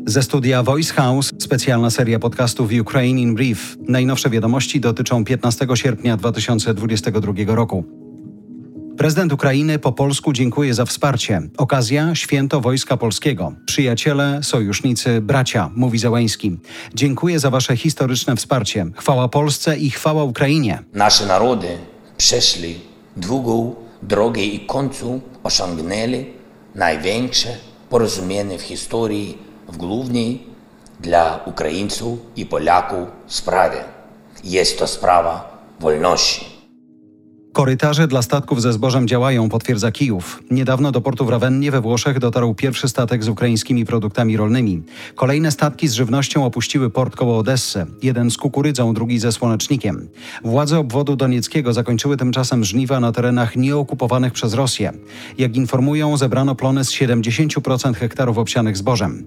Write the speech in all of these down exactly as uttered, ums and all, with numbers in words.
Ze studia Voice House specjalna seria podcastów Ukraine in Brief. Najnowsze wiadomości dotyczą piętnastego sierpnia dwa tysiące dwudziestego drugiego roku. Prezydent Ukrainy po polsku dziękuje za wsparcie. Okazja Święto Wojska Polskiego. Przyjaciele, sojusznicy, bracia, mówi Zełenski. Dziękuję za wasze historyczne wsparcie. Chwała Polsce i chwała Ukrainie. Nasze narody przeszli długą drogę i w końcu osiągnęli największe porozumienie w historii w głównej dla Ukraińców i Polaków sprawie. Jest to sprawa wolności. Korytarze dla statków ze zbożem działają, potwierdza Kijów. Niedawno do portu w Rawennie we Włoszech dotarł pierwszy statek z ukraińskimi produktami rolnymi. Kolejne statki z żywnością opuściły port koło Odessy. Jeden z kukurydzą, drugi ze słonecznikiem. Władze obwodu donieckiego zakończyły tymczasem żniwa na terenach nieokupowanych przez Rosję. Jak informują, zebrano plony z siedemdziesiąt procent hektarów obsianych zbożem.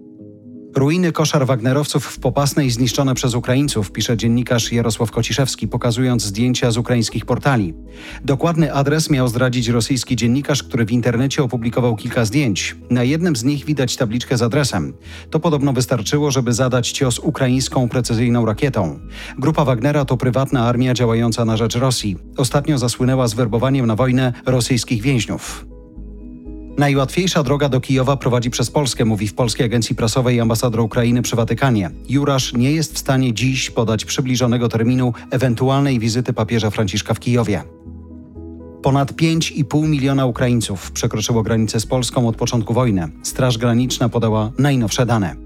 Ruiny koszar wagnerowców w Popasnej zniszczone przez Ukraińców, pisze dziennikarz Jarosław Kociszewski, pokazując zdjęcia z ukraińskich portali. Dokładny adres miał zdradzić rosyjski dziennikarz, który w internecie opublikował kilka zdjęć. Na jednym z nich widać tabliczkę z adresem. To podobno wystarczyło, żeby zadać cios ukraińską precyzyjną rakietą. Grupa Wagnera to prywatna armia działająca na rzecz Rosji. Ostatnio zasłynęła z werbowaniem na wojnę rosyjskich więźniów. Najłatwiejsza droga do Kijowa prowadzi przez Polskę, mówi w polskiej agencji prasowej ambasador Ukrainy przy Watykanie. Jurasz nie jest w stanie dziś podać przybliżonego terminu ewentualnej wizyty papieża Franciszka w Kijowie. Ponad pięć i pół miliona Ukraińców przekroczyło granicę z Polską od początku wojny. Straż Graniczna podała najnowsze dane.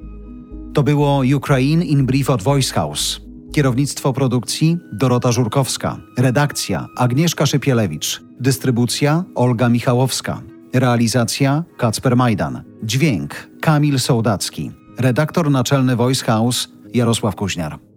To było Ukraine in Brief od Voice House. Kierownictwo produkcji Dorota Żurkowska. Redakcja Agnieszka Szypielewicz. Dystrybucja Olga Michałowska. Realizacja Kacper Majdan. Dźwięk Kamil Sołdacki. Redaktor naczelny Voice House Jarosław Kuźniar.